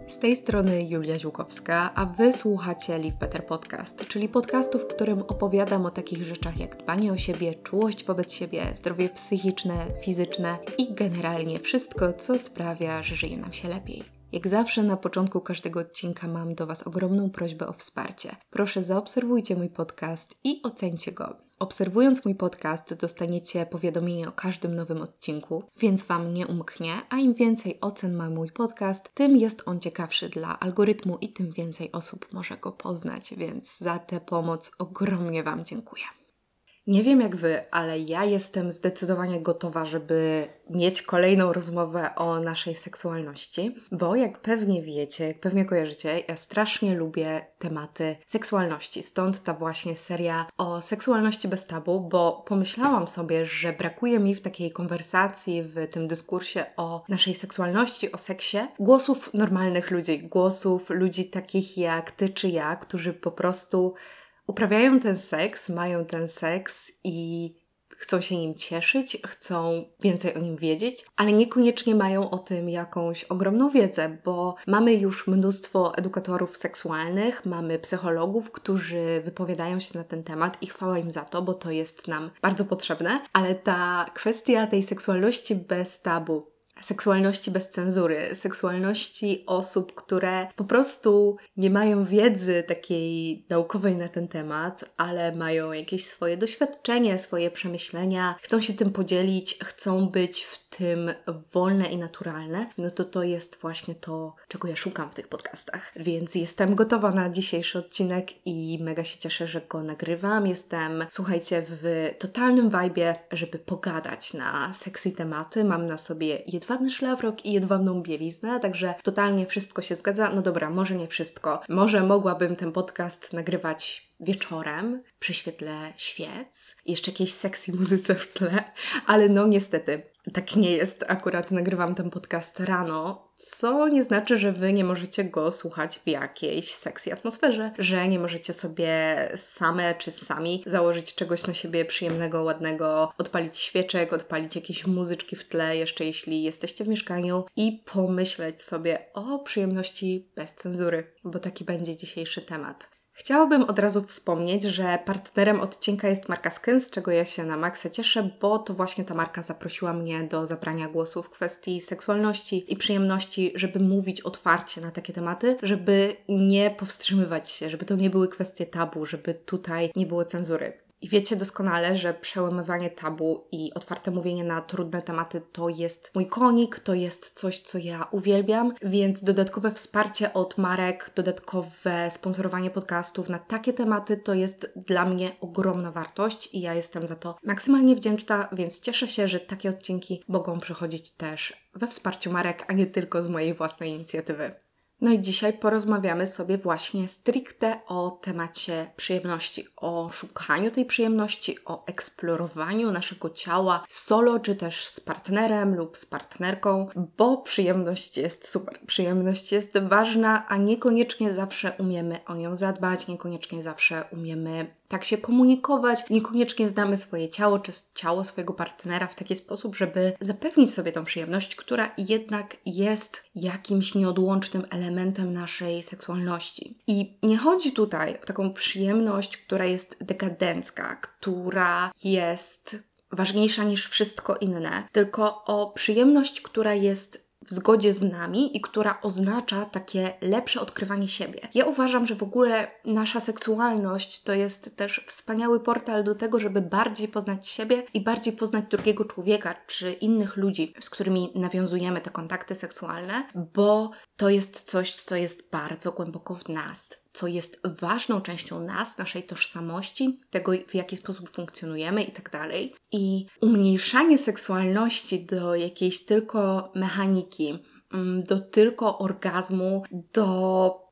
Z tej strony Julia Ziłkowska, a Wy słuchacie Live Better Podcast, czyli podcastu, w którym opowiadam o takich rzeczach jak dbanie o siebie, czułość wobec siebie, zdrowie psychiczne, fizyczne i generalnie wszystko, co sprawia, że żyje nam się lepiej. Jak zawsze na początku każdego odcinka mam do Was ogromną prośbę o wsparcie. Proszę zaobserwujcie mój podcast i oceńcie go. Obserwując mój podcast dostaniecie powiadomienie o każdym nowym odcinku, więc Wam nie umknie, a im więcej ocen ma mój podcast, tym jest on ciekawszy dla algorytmu i tym więcej osób może go poznać, więc za tę pomoc ogromnie Wam dziękuję. Nie wiem jak Wy, ale ja jestem zdecydowanie gotowa, żeby mieć kolejną rozmowę o naszej seksualności, bo jak pewnie wiecie, jak pewnie kojarzycie, ja strasznie lubię tematy seksualności. Stąd ta właśnie seria o seksualności bez tabu, bo pomyślałam sobie, że brakuje mi w takiej konwersacji, w tym dyskursie o naszej seksualności, o seksie, głosów normalnych ludzi, głosów ludzi takich jak Ty czy ja, którzy po prostu uprawiają ten seks, mają ten seks i chcą się nim cieszyć, chcą więcej o nim wiedzieć, ale niekoniecznie mają o tym jakąś ogromną wiedzę, bo mamy już mnóstwo edukatorów seksualnych, mamy psychologów, którzy wypowiadają się na ten temat i chwała im za to, bo to jest nam bardzo potrzebne, ale ta kwestia tej seksualności bez tabu, seksualności bez cenzury, seksualności osób, które po prostu nie mają wiedzy takiej naukowej na ten temat, ale mają jakieś swoje doświadczenie, swoje przemyślenia, chcą się tym podzielić, chcą być w tym wolne i naturalne, no to jest właśnie to, czego ja szukam w tych podcastach. Więc jestem gotowa na dzisiejszy odcinek i mega się cieszę, że go nagrywam. Jestem, słuchajcie, w totalnym vibe'ie, żeby pogadać na sexy tematy. Mam na sobie jedwabny szlafrok i jedwabną bieliznę, także totalnie wszystko się zgadza. No dobra, może nie wszystko. Może mogłabym ten podcast nagrywać wieczorem przy świetle świec i jeszcze jakiejś sexy muzyce w tle, ale no niestety tak nie jest. Akurat nagrywam ten podcast rano, co nie znaczy, że Wy nie możecie go słuchać w jakiejś sexy atmosferze, że nie możecie sobie same czy sami założyć czegoś na siebie przyjemnego, ładnego, odpalić świeczek, odpalić jakieś muzyczki w tle, jeszcze jeśli jesteście w mieszkaniu i pomyśleć sobie o przyjemności bez cenzury, bo taki będzie dzisiejszy temat. Chciałabym od razu wspomnieć, że partnerem odcinka jest marka Skyn, z czego ja się na maksa cieszę, bo to właśnie ta marka zaprosiła mnie do zabrania głosu w kwestii seksualności i przyjemności, żeby mówić otwarcie na takie tematy, żeby nie powstrzymywać się, żeby to nie były kwestie tabu, żeby tutaj nie było cenzury. I wiecie doskonale, że przełamywanie tabu i otwarte mówienie na trudne tematy to jest mój konik, to jest coś, co ja uwielbiam, więc dodatkowe wsparcie od marek, dodatkowe sponsorowanie podcastów na takie tematy to jest dla mnie ogromna wartość i ja jestem za to maksymalnie wdzięczna, więc cieszę się, że takie odcinki mogą przychodzić też we wsparciu marek, a nie tylko z mojej własnej inicjatywy. No i dzisiaj porozmawiamy sobie właśnie stricte o temacie przyjemności, o szukaniu tej przyjemności, o eksplorowaniu naszego ciała solo, czy też z partnerem lub z partnerką, bo przyjemność jest super, przyjemność jest ważna, a niekoniecznie zawsze umiemy o nią zadbać, niekoniecznie zawsze umiemy tak się komunikować, niekoniecznie znamy swoje ciało czy ciało swojego partnera w taki sposób, żeby zapewnić sobie tą przyjemność, która jednak jest jakimś nieodłącznym elementem naszej seksualności. I nie chodzi tutaj o taką przyjemność, która jest dekadencka, która jest ważniejsza niż wszystko inne, tylko o przyjemność, która jest w zgodzie z nami i która oznacza takie lepsze odkrywanie siebie. Ja uważam, że w ogóle nasza seksualność to jest też wspaniały portal do tego, żeby bardziej poznać siebie i bardziej poznać drugiego człowieka czy innych ludzi, z którymi nawiązujemy te kontakty seksualne, bo to jest coś, co jest bardzo głęboko w nas, co jest ważną częścią nas, naszej tożsamości, tego w jaki sposób funkcjonujemy i tak dalej. I umniejszanie seksualności do jakiejś tylko mechaniki, do tylko orgazmu, do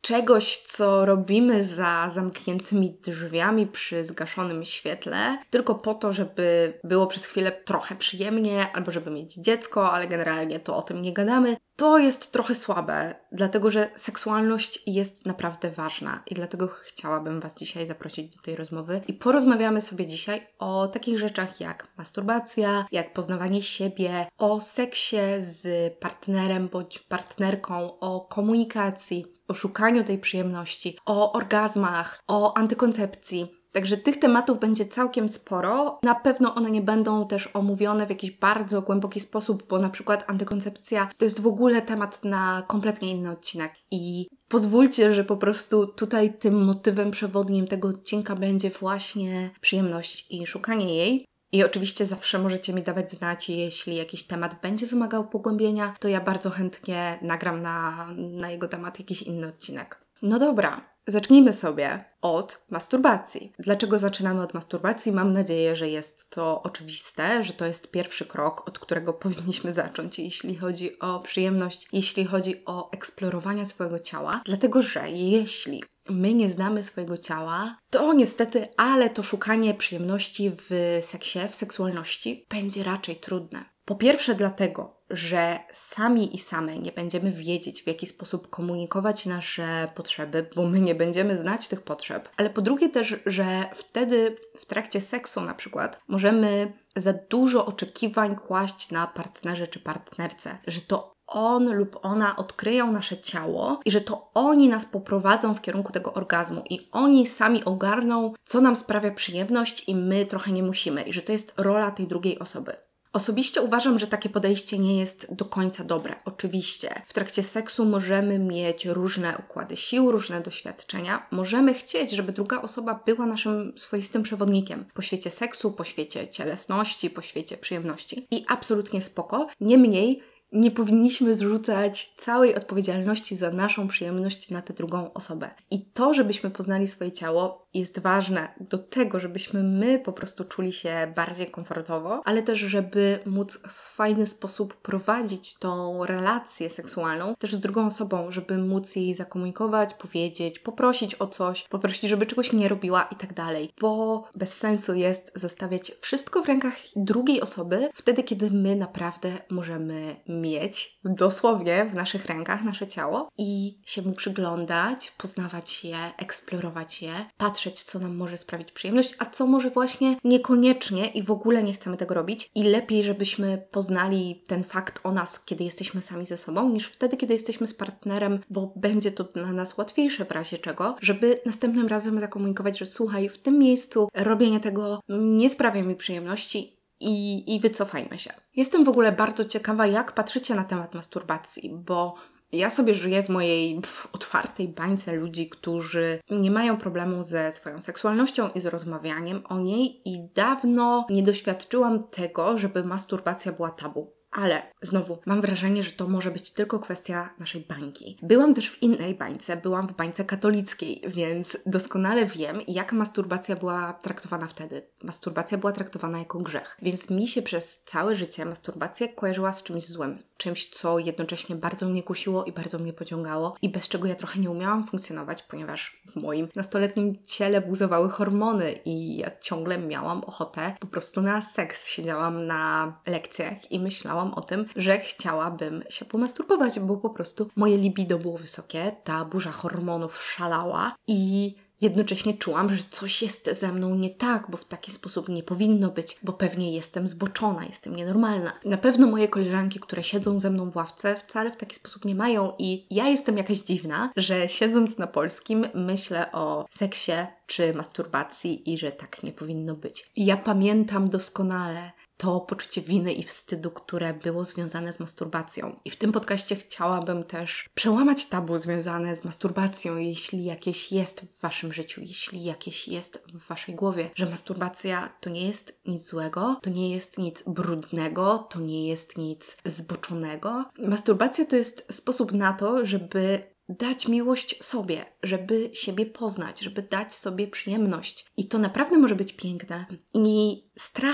czegoś, co robimy za zamkniętymi drzwiami przy zgaszonym świetle, tylko po to, żeby było przez chwilę trochę przyjemnie, albo żeby mieć dziecko, ale generalnie to o tym nie gadamy, to jest trochę słabe, dlatego że seksualność jest naprawdę ważna i dlatego chciałabym Was dzisiaj zaprosić do tej rozmowy i porozmawiamy sobie dzisiaj o takich rzeczach jak masturbacja, jak poznawanie siebie, o seksie z partnerem bądź partnerką, o komunikacji, o szukaniu tej przyjemności, o orgazmach, o antykoncepcji. Także tych tematów będzie całkiem sporo. Na pewno one nie będą też omówione w jakiś bardzo głęboki sposób, bo na przykład antykoncepcja to jest w ogóle temat na kompletnie inny odcinek. I pozwólcie, że po prostu tutaj tym motywem przewodnim tego odcinka będzie właśnie przyjemność i szukanie jej. I oczywiście zawsze możecie mi dawać znać, jeśli jakiś temat będzie wymagał pogłębienia, to ja bardzo chętnie nagram na jego temat jakiś inny odcinek. No dobra, zacznijmy sobie od masturbacji. Dlaczego zaczynamy od masturbacji? Mam nadzieję, że jest to oczywiste, że to jest pierwszy krok, od którego powinniśmy zacząć, jeśli chodzi o przyjemność, jeśli chodzi o eksplorowanie swojego ciała. Dlatego, że jeśli my nie znamy swojego ciała, to niestety, ale to szukanie przyjemności w seksie, w seksualności będzie raczej trudne. Po pierwsze dlatego, że sami i same nie będziemy wiedzieć, w jaki sposób komunikować nasze potrzeby, bo my nie będziemy znać tych potrzeb. Ale po drugie też, że wtedy w trakcie seksu na przykład możemy za dużo oczekiwań kłaść na partnerze czy partnerce, że to on lub ona odkryją nasze ciało i że to oni nas poprowadzą w kierunku tego orgazmu i oni sami ogarną, co nam sprawia przyjemność i my trochę nie musimy i że to jest rola tej drugiej osoby. Osobiście uważam, że takie podejście nie jest do końca dobre. Oczywiście w trakcie seksu możemy mieć różne układy sił, różne doświadczenia. Możemy chcieć, żeby druga osoba była naszym swoistym przewodnikiem po świecie seksu, po świecie cielesności, po świecie przyjemności. I absolutnie spoko. Niemniej nie powinniśmy zrzucać całej odpowiedzialności za naszą przyjemność na tę drugą osobę. I to, żebyśmy poznali swoje ciało, jest ważne do tego, żebyśmy my po prostu czuli się bardziej komfortowo, ale też, żeby móc w fajny sposób prowadzić tą relację seksualną też z drugą osobą, żeby móc jej zakomunikować, powiedzieć, poprosić o coś, poprosić, żeby czegoś nie robiła i tak dalej. Bo bez sensu jest zostawiać wszystko w rękach drugiej osoby wtedy, kiedy my naprawdę możemy mieć dosłownie w naszych rękach nasze ciało i się mu przyglądać, poznawać je, eksplorować je, patrzeć, co nam może sprawić przyjemność, a co może właśnie niekoniecznie i w ogóle nie chcemy tego robić. I lepiej, żebyśmy poznali ten fakt o nas, kiedy jesteśmy sami ze sobą, niż wtedy, kiedy jesteśmy z partnerem, bo będzie to dla nas łatwiejsze w razie czego, żeby następnym razem zakomunikować, że słuchaj, w tym miejscu robienie tego nie sprawia mi przyjemności i wycofajmy się. Jestem w ogóle bardzo ciekawa, jak patrzycie na temat masturbacji, bo ja sobie żyję w mojej otwartej bańce ludzi, którzy nie mają problemu ze swoją seksualnością i z rozmawianiem o niej i dawno nie doświadczyłam tego, żeby masturbacja była tabu. Ale znowu, mam wrażenie, że to może być tylko kwestia naszej bańki. Byłam też w innej bańce, byłam w bańce katolickiej, więc doskonale wiem, jak masturbacja była traktowana wtedy. Masturbacja była traktowana jako grzech, więc mi się przez całe życie masturbacja kojarzyła z czymś złym. Czymś, co jednocześnie bardzo mnie kusiło i bardzo mnie pociągało i bez czego ja trochę nie umiałam funkcjonować, ponieważ w moim nastoletnim ciele buzowały hormony i ja ciągle miałam ochotę po prostu na seks. Siedziałam na lekcjach i myślałam o tym, że chciałabym się pomasturbować, bo po prostu moje libido było wysokie, ta burza hormonów szalała i jednocześnie czułam, że coś jest ze mną nie tak, bo w taki sposób nie powinno być, bo pewnie jestem zboczona, jestem nienormalna. Na pewno moje koleżanki, które siedzą ze mną w ławce, wcale w taki sposób nie mają i ja jestem jakaś dziwna, że siedząc na polskim myślę o seksie czy masturbacji i że tak nie powinno być. I ja pamiętam doskonale to poczucie winy i wstydu, które było związane z masturbacją. I w tym podcaście chciałabym też przełamać tabu związane z masturbacją, jeśli jakieś jest w Waszym życiu, jeśli jakieś jest w Waszej głowie, że masturbacja to nie jest nic złego, to nie jest nic brudnego, to nie jest nic zboczonego. Masturbacja to jest sposób na to, żeby dać miłość sobie, żeby siebie poznać, żeby dać sobie przyjemność. I to naprawdę może być piękne. I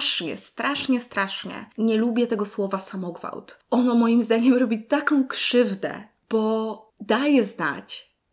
strasznie nie lubię tego słowa samogwałt. Ono moim zdaniem robi taką krzywdę, bo daje znać,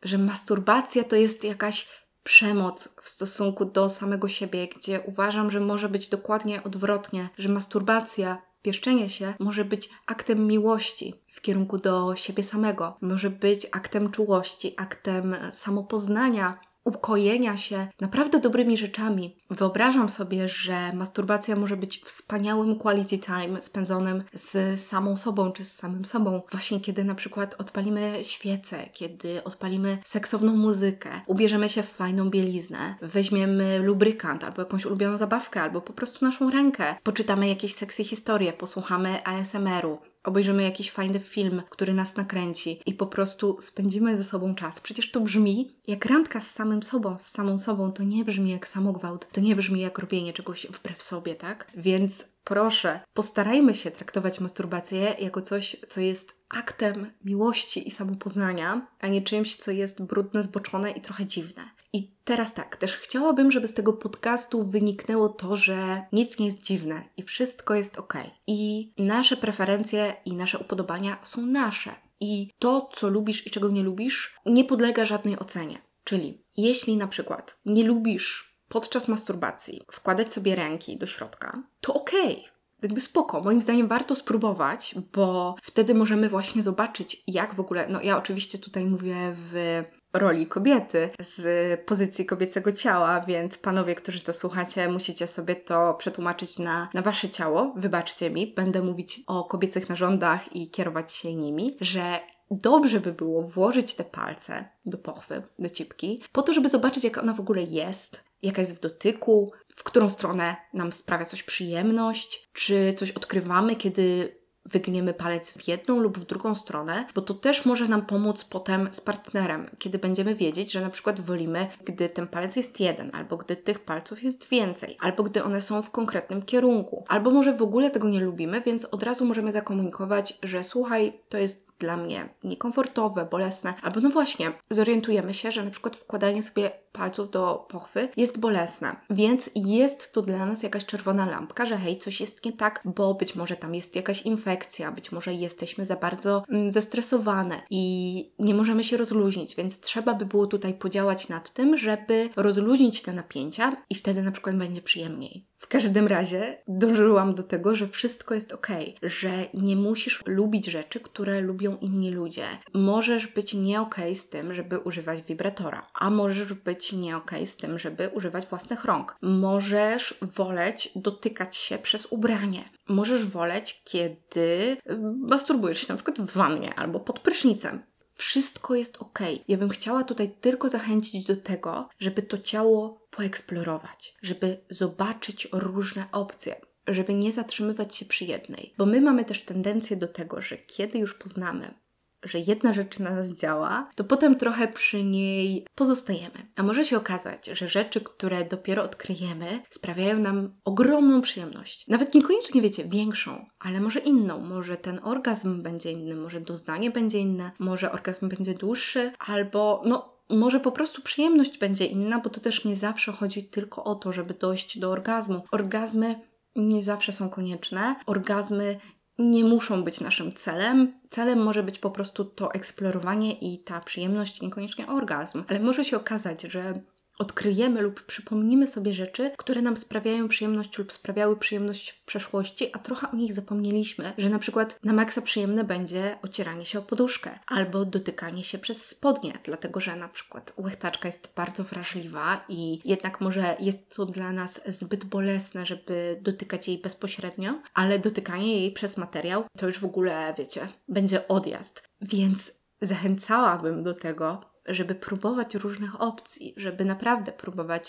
że masturbacja to jest jakaś przemoc w stosunku do samego siebie, gdzie uważam, że może być dokładnie odwrotnie, że masturbacja, pieszczenie się może być aktem miłości w kierunku do siebie samego, może być aktem czułości, aktem samopoznania, ukojenia się naprawdę dobrymi rzeczami. Wyobrażam sobie, że masturbacja może być wspaniałym quality time spędzonym z samą sobą czy z samym sobą. Właśnie kiedy na przykład odpalimy świecę, kiedy odpalimy seksowną muzykę, ubierzemy się w fajną bieliznę, weźmiemy lubrykant albo jakąś ulubioną zabawkę, albo po prostu naszą rękę, poczytamy jakieś sexy historie, posłuchamy ASMR-u, obejrzymy jakiś fajny film, który nas nakręci i po prostu spędzimy ze sobą czas. Przecież to brzmi jak randka z samym sobą, z samą sobą. To nie brzmi jak samogwałt, to nie brzmi jak robienie czegoś wbrew sobie, tak? Więc proszę, postarajmy się traktować masturbację jako coś, co jest aktem miłości i samopoznania, a nie czymś, co jest brudne, zboczone i trochę dziwne. I teraz tak, też chciałabym, żeby z tego podcastu wyniknęło to, że nic nie jest dziwne i wszystko jest okej. I nasze preferencje i nasze upodobania są nasze. I to, co lubisz i czego nie lubisz, nie podlega żadnej ocenie. Czyli jeśli na przykład nie lubisz podczas masturbacji wkładać sobie ręki do środka, to okej. Jakby spoko. Moim zdaniem warto spróbować, bo wtedy możemy właśnie zobaczyć, jak w ogóle... No ja oczywiście tutaj mówię w roli kobiety, z pozycji kobiecego ciała, więc panowie, którzy to słuchacie, musicie sobie to przetłumaczyć na wasze ciało. Wybaczcie mi, będę mówić o kobiecych narządach i kierować się nimi, że dobrze by było włożyć te palce do pochwy, do cipki, po to, żeby zobaczyć, jaka ona w ogóle jest, jaka jest w dotyku, w którą stronę nam sprawia coś przyjemność, czy coś odkrywamy, kiedy wygniemy palec w jedną lub w drugą stronę, bo to też może nam pomóc potem z partnerem, kiedy będziemy wiedzieć, że na przykład wolimy, gdy ten palec jest jeden, albo gdy tych palców jest więcej, albo gdy one są w konkretnym kierunku, albo może w ogóle tego nie lubimy, więc od razu możemy zakomunikować, że słuchaj, to jest dla mnie niekomfortowe, bolesne, albo no właśnie, zorientujemy się, że na przykład wkładanie sobie palców do pochwy jest bolesne, więc jest to dla nas jakaś czerwona lampka, że hej, coś jest nie tak, bo być może tam jest jakaś infekcja, być może jesteśmy za bardzo zestresowane i nie możemy się rozluźnić, więc trzeba by było tutaj podziałać nad tym, żeby rozluźnić te napięcia i wtedy na przykład będzie przyjemniej. W każdym razie dążyłam do tego, że wszystko jest okej, że nie musisz lubić rzeczy, które lubią inni ludzie. Możesz być nie okej z tym, żeby używać wibratora, a możesz być nie okej z tym, żeby używać własnych rąk. Możesz woleć dotykać się przez ubranie. Możesz woleć, kiedy masturbujesz się na przykład w wannie albo pod prysznicem. Wszystko jest okej. Ja bym chciała tutaj tylko zachęcić do tego, żeby to ciało poeksplorować, żeby zobaczyć różne opcje, żeby nie zatrzymywać się przy jednej. Bo my mamy też tendencję do tego, że kiedy już poznamy, że jedna rzecz na nas działa, to potem trochę przy niej pozostajemy. A może się okazać, że rzeczy, które dopiero odkryjemy, sprawiają nam ogromną przyjemność. Nawet niekoniecznie, wiecie, większą, ale może inną. Może ten orgazm będzie inny, może doznanie będzie inne, może orgazm będzie dłuższy, albo może po prostu przyjemność będzie inna, bo to też nie zawsze chodzi tylko o to, żeby dojść do orgazmu. Orgazmy nie zawsze są konieczne. Orgazmy nie muszą być naszym celem. Celem może być po prostu to eksplorowanie i ta przyjemność, niekoniecznie orgazm. Ale może się okazać, że odkryjemy lub przypomnimy sobie rzeczy, które nam sprawiają przyjemność lub sprawiały przyjemność w przeszłości, a trochę o nich zapomnieliśmy, że na przykład na maksa przyjemne będzie ocieranie się o poduszkę albo dotykanie się przez spodnie, dlatego że na przykład łechtaczka jest bardzo wrażliwa i jednak może jest to dla nas zbyt bolesne, żeby dotykać jej bezpośrednio, ale dotykanie jej przez materiał to już w ogóle, wiecie, będzie odjazd. Więc zachęcałabym do tego, żeby próbować różnych opcji, żeby naprawdę próbować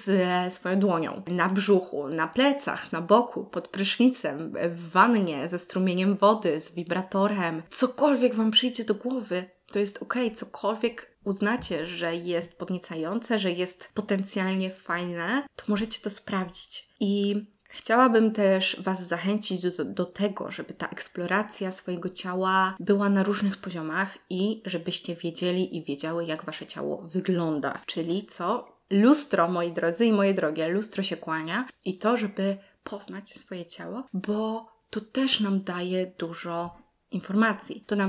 ze swoją dłonią na brzuchu, na plecach, na boku, pod prysznicem, w wannie, ze strumieniem wody, z wibratorem. Cokolwiek Wam przyjdzie do głowy, to jest okej. Cokolwiek uznacie, że jest podniecające, że jest potencjalnie fajne, to możecie to sprawdzić. I chciałabym też Was zachęcić do tego, żeby ta eksploracja swojego ciała była na różnych poziomach i żebyście wiedzieli i wiedziały, jak Wasze ciało wygląda. Czyli co? Lustro, moi drodzy i moje drogie, lustro się kłania i to, żeby poznać swoje ciało, bo to też nam daje dużo informacji. To nam też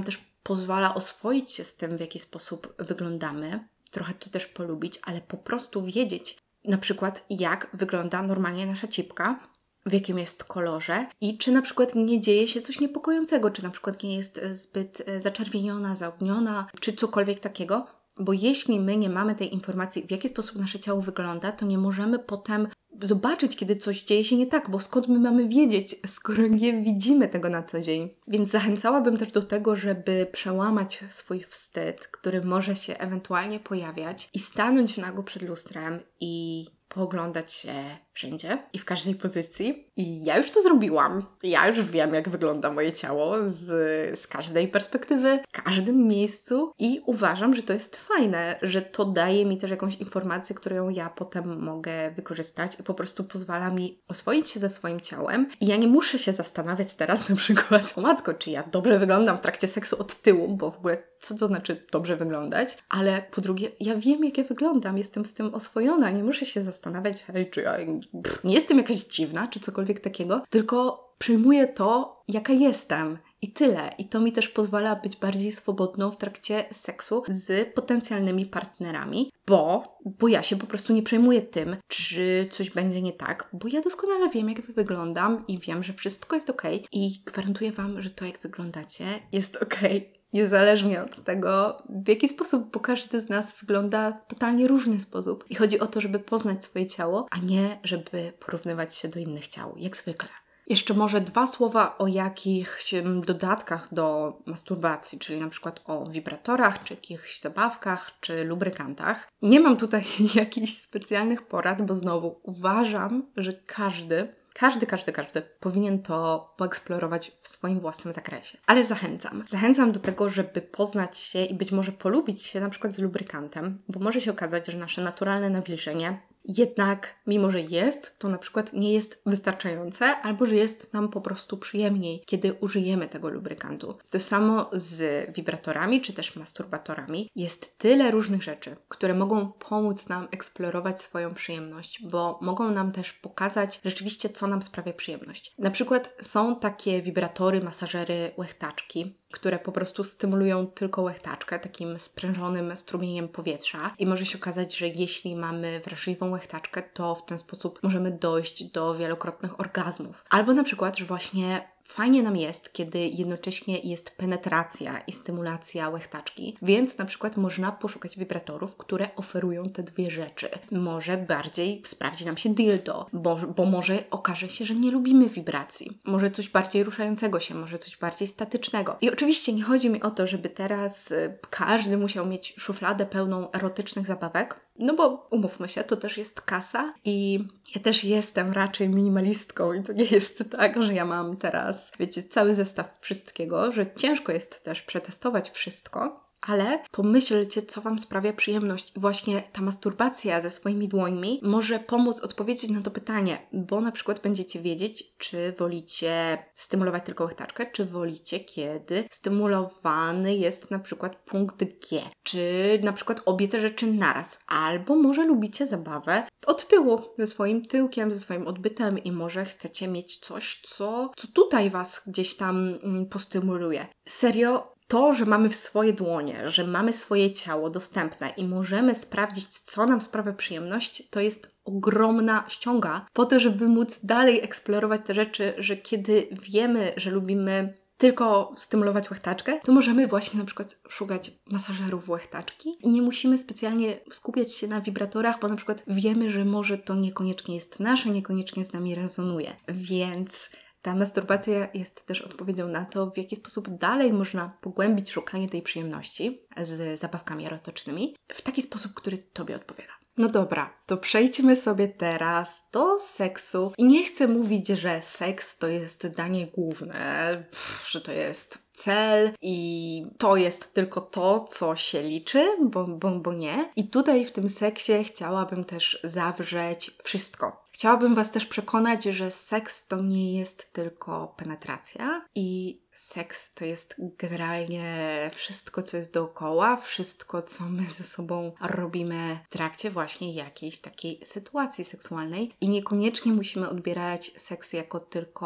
pozwala oswoić się z tym, w jaki sposób wyglądamy, trochę to też polubić, ale po prostu wiedzieć, na przykład jak wygląda normalnie nasza cipka, w jakim jest kolorze i czy na przykład nie dzieje się coś niepokojącego, czy na przykład nie jest zbyt zaczerwieniona, zaogniona, czy cokolwiek takiego. Bo jeśli my nie mamy tej informacji, w jaki sposób nasze ciało wygląda, to nie możemy potem zobaczyć, kiedy coś dzieje się nie tak, bo skąd my mamy wiedzieć, skoro nie widzimy tego na co dzień. Więc zachęcałabym też do tego, żeby przełamać swój wstyd, który może się ewentualnie pojawiać i stanąć nago przed lustrem i pooglądać się wszędzie i w każdej pozycji. I ja już to zrobiłam. Ja już wiem, jak wygląda moje ciało z każdej perspektywy, w każdym miejscu i uważam, że to jest fajne, że to daje mi też jakąś informację, którą ja potem mogę wykorzystać i po prostu pozwala mi oswoić się ze swoim ciałem. I ja nie muszę się zastanawiać teraz na przykład, o matko, czy ja dobrze wyglądam w trakcie seksu od tyłu, bo w ogóle co to znaczy dobrze wyglądać, ale po drugie, ja wiem, jak ja wyglądam, jestem z tym oswojona, nie muszę się zastanawiać, hej, czy ja nie jestem jakaś dziwna, czy cokolwiek takiego, tylko przyjmuję to, jaka jestem. I tyle. I to mi też pozwala być bardziej swobodną w trakcie seksu z potencjalnymi partnerami, bo ja się po prostu nie przejmuję tym, czy coś będzie nie tak, bo ja doskonale wiem, jak wyglądam i wiem, że wszystko jest okej. I gwarantuję Wam, że to, jak wyglądacie, jest okej. Niezależnie od tego, w jaki sposób, bo każdy z nas wygląda w totalnie różny sposób. I chodzi o to, żeby poznać swoje ciało, a nie żeby porównywać się do innych ciał, jak zwykle. Jeszcze może 2 słowa o jakichś dodatkach do masturbacji, czyli na przykład o wibratorach, czy jakichś zabawkach, czy lubrykantach. Nie mam tutaj jakichś specjalnych porad, bo znowu uważam, że każdy powinien to poeksplorować w swoim własnym zakresie. Ale zachęcam. Zachęcam do tego, żeby poznać się i być może polubić się na przykład z lubrykantem, bo może się okazać, że nasze naturalne nawilżenie jednak, mimo że jest, to na przykład nie jest wystarczające, albo że jest nam po prostu przyjemniej, kiedy użyjemy tego lubrykantu. To samo z wibratorami, czy też masturbatorami. Jest tyle różnych rzeczy, które mogą pomóc nam eksplorować swoją przyjemność, bo mogą nam też pokazać rzeczywiście, co nam sprawia przyjemność. Na przykład są takie wibratory, masażery, łechtaczki, które po prostu stymulują tylko łechtaczkę takim sprężonym strumieniem powietrza i może się okazać, że jeśli mamy wrażliwą łechtaczkę, to w ten sposób możemy dojść do wielokrotnych orgazmów. Albo na przykład, że właśnie fajnie nam jest, kiedy jednocześnie jest penetracja i stymulacja łechtaczki, więc na przykład można poszukać wibratorów, które oferują te 2 rzeczy. Może bardziej sprawdzi nam się dildo, bo może okaże się, że nie lubimy wibracji. Może coś bardziej ruszającego się, może coś bardziej statycznego. I oczywiście nie chodzi mi o to, żeby teraz każdy musiał mieć szufladę pełną erotycznych zabawek, no bo umówmy się, to też jest kasa i ja też jestem raczej minimalistką i to nie jest tak, że ja mam teraz, wiecie, cały zestaw wszystkiego, że ciężko jest też przetestować wszystko, ale pomyślcie, co Wam sprawia przyjemność. I właśnie ta masturbacja ze swoimi dłońmi może pomóc odpowiedzieć na to pytanie, bo na przykład będziecie wiedzieć, czy wolicie stymulować tylko łechtaczkę, czy wolicie, kiedy stymulowany jest na przykład punkt G, czy na przykład obie te rzeczy naraz, albo może lubicie zabawę od tyłu, ze swoim tyłkiem, ze swoim odbytem i może chcecie mieć coś, co tutaj Was gdzieś tam postymuluje. Serio, to, że mamy w swoje dłonie, że mamy swoje ciało dostępne i możemy sprawdzić, co nam sprawia przyjemność, to jest ogromna ściąga po to, żeby móc dalej eksplorować te rzeczy, że kiedy wiemy, że lubimy tylko stymulować łechtaczkę, to możemy właśnie na przykład szukać masażerów łechtaczki i nie musimy specjalnie skupiać się na wibratorach, bo na przykład wiemy, że może to niekoniecznie jest nasze, niekoniecznie z nami rezonuje. Więc ta masturbacja jest też odpowiedzią na to, w jaki sposób dalej można pogłębić szukanie tej przyjemności z zabawkami erotycznymi w taki sposób, który Tobie odpowiada. No dobra, to przejdźmy sobie teraz do seksu. I nie chcę mówić, że seks to jest danie główne, że to jest cel i to jest tylko to, co się liczy, bo nie. I tutaj w tym seksie chciałabym też zawrzeć wszystko. Chciałabym Was też przekonać, że seks to nie jest tylko penetracja i seks to jest generalnie wszystko, co jest dookoła, wszystko, co my ze sobą robimy w trakcie właśnie jakiejś takiej sytuacji seksualnej i niekoniecznie musimy odbierać seks jako tylko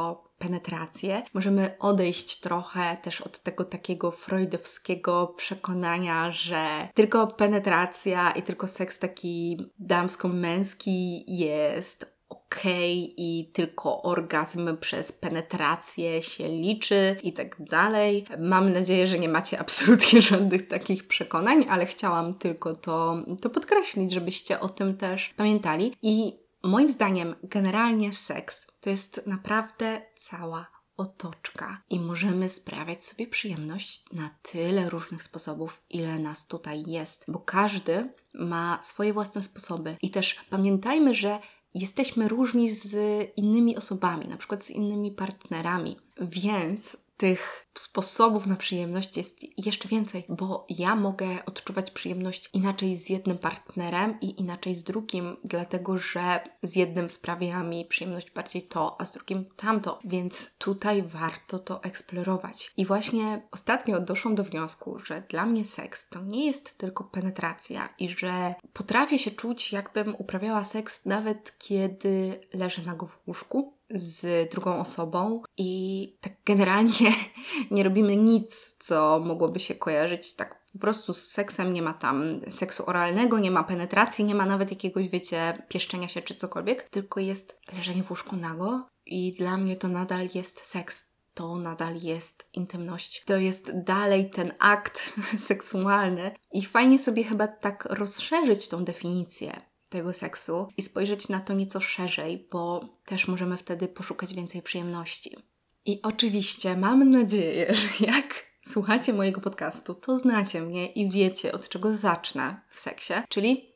penetrację. Możemy odejść trochę też od tego takiego freudowskiego przekonania, że tylko penetracja i tylko seks taki damsko-męski jest okej i tylko orgazm przez penetrację się liczy i tak dalej. Mam nadzieję, że nie macie absolutnie żadnych takich przekonań, ale chciałam tylko to podkreślić, żebyście o tym też pamiętali. I moim zdaniem generalnie seks to jest naprawdę cała otoczka i możemy sprawiać sobie przyjemność na tyle różnych sposobów, ile nas tutaj jest, bo każdy ma swoje własne sposoby i też pamiętajmy, że jesteśmy różni z innymi osobami, na przykład z innymi partnerami, więc tych sposobów na przyjemność jest jeszcze więcej, bo ja mogę odczuwać przyjemność inaczej z jednym partnerem i inaczej z drugim, dlatego że z jednym sprawia mi przyjemność bardziej to, a z drugim tamto, więc tutaj warto to eksplorować. I właśnie ostatnio doszłam do wniosku, że dla mnie seks to nie jest tylko penetracja i że potrafię się czuć, jakbym uprawiała seks nawet kiedy leżę nago w łóżku z drugą osobą i tak generalnie nie robimy nic, co mogłoby się kojarzyć tak po prostu z seksem. Nie ma tam seksu oralnego, nie ma penetracji, nie ma nawet jakiegoś, wiecie, pieszczenia się czy cokolwiek, tylko jest leżenie w łóżku nago i dla mnie to nadal jest seks. To nadal jest intymność. To jest dalej ten akt seksualny i fajnie sobie chyba tak rozszerzyć tą definicję tego seksu i spojrzeć na to nieco szerzej, bo też możemy wtedy poszukać więcej przyjemności. I oczywiście mam nadzieję, że jak słuchacie mojego podcastu, to znacie mnie i wiecie, od czego zacznę w seksie, czyli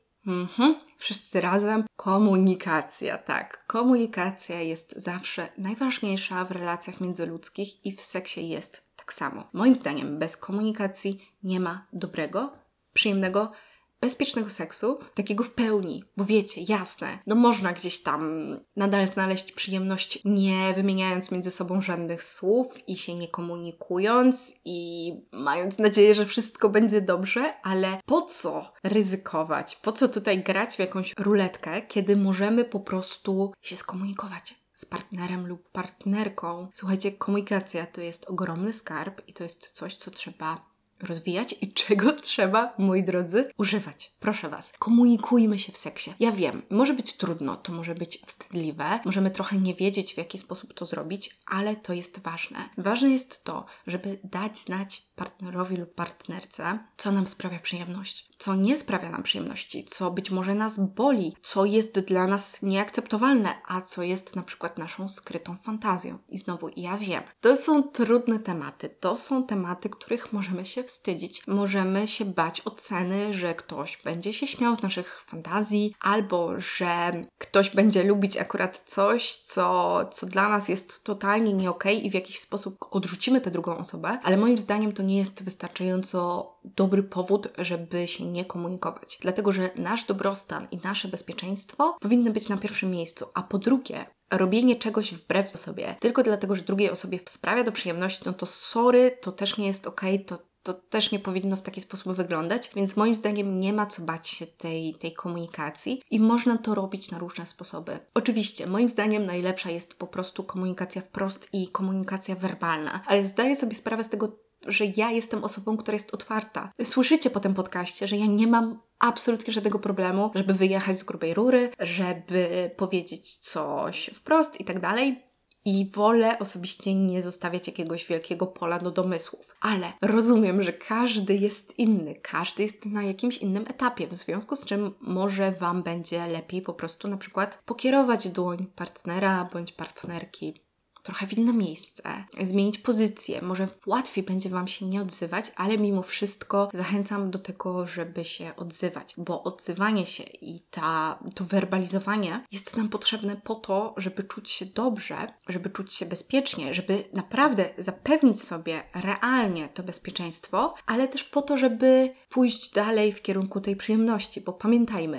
wszyscy razem komunikacja, tak. Komunikacja jest zawsze najważniejsza w relacjach międzyludzkich i w seksie jest tak samo. Moim zdaniem bez komunikacji nie ma dobrego, przyjemnego, bezpiecznego seksu, takiego w pełni, bo wiecie, jasne, no można gdzieś tam nadal znaleźć przyjemność nie wymieniając między sobą żadnych słów i się nie komunikując i mając nadzieję, że wszystko będzie dobrze, ale po co ryzykować? Po co tutaj grać w jakąś ruletkę, kiedy możemy po prostu się skomunikować z partnerem lub partnerką? Słuchajcie, komunikacja to jest ogromny skarb i to jest coś, co trzeba rozwijać i czego trzeba, moi drodzy, używać. Proszę Was, komunikujmy się w seksie. Ja wiem, może być trudno, to może być wstydliwe, możemy trochę nie wiedzieć, w jaki sposób to zrobić, ale to jest ważne. Ważne jest to, żeby dać znać partnerowi lub partnerce, co nam sprawia przyjemność, co nie sprawia nam przyjemności, co być może nas boli, co jest dla nas nieakceptowalne, a co jest na przykład naszą skrytą fantazją. I znowu, ja wiem, to są trudne tematy, to są tematy, których możemy się wstydzić, możemy się bać oceny, że ktoś będzie się śmiał z naszych fantazji, albo że ktoś będzie lubić akurat coś, co dla nas jest totalnie nie okej i w jakiś sposób odrzucimy tę drugą osobę, ale moim zdaniem to nie jest wystarczająco dobry powód, żeby się nie komunikować. Dlatego, że nasz dobrostan i nasze bezpieczeństwo powinny być na pierwszym miejscu, a po drugie, robienie czegoś wbrew sobie, tylko dlatego, że drugiej osobie sprawia to przyjemność, no to sorry, to też nie jest okej, to też nie powinno w taki sposób wyglądać, więc moim zdaniem nie ma co bać się tej komunikacji i można to robić na różne sposoby. Oczywiście, moim zdaniem najlepsza jest po prostu komunikacja wprost i komunikacja werbalna, ale zdaję sobie sprawę z tego, że ja jestem osobą, która jest otwarta. Słyszycie po tym podcaście, że ja nie mam absolutnie żadnego problemu, żeby wyjechać z grubej rury, żeby powiedzieć coś wprost i tak dalej. I wolę osobiście nie zostawiać jakiegoś wielkiego pola do domysłów. Ale rozumiem, że każdy jest inny, każdy jest na jakimś innym etapie, w związku z czym może Wam będzie lepiej po prostu na przykład pokierować dłoń partnera bądź partnerki trochę w inne miejsce, zmienić pozycję. Może łatwiej będzie Wam się nie odzywać, ale mimo wszystko zachęcam do tego, żeby się odzywać, bo odzywanie się i to werbalizowanie jest nam potrzebne po to, żeby czuć się dobrze, żeby czuć się bezpiecznie, żeby naprawdę zapewnić sobie realnie to bezpieczeństwo, ale też po to, żeby pójść dalej w kierunku tej przyjemności, bo pamiętajmy,